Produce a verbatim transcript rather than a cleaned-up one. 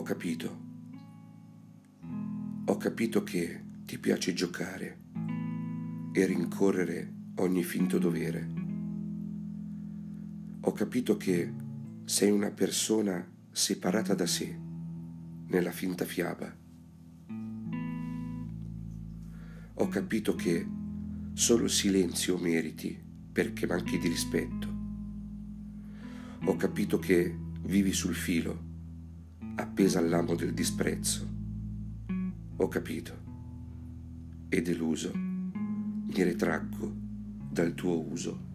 Ho capito. Ho capito che ti piace giocare e rincorrere ogni finto dovere. Ho capito che sei una persona separata da sé nella finta fiaba. Ho capito che solo il silenzio meriti perché manchi di rispetto. Ho capito che vivi sul filo, appesa all'amo del disprezzo. Ho capito e deluso mi retraggo dal tuo uso.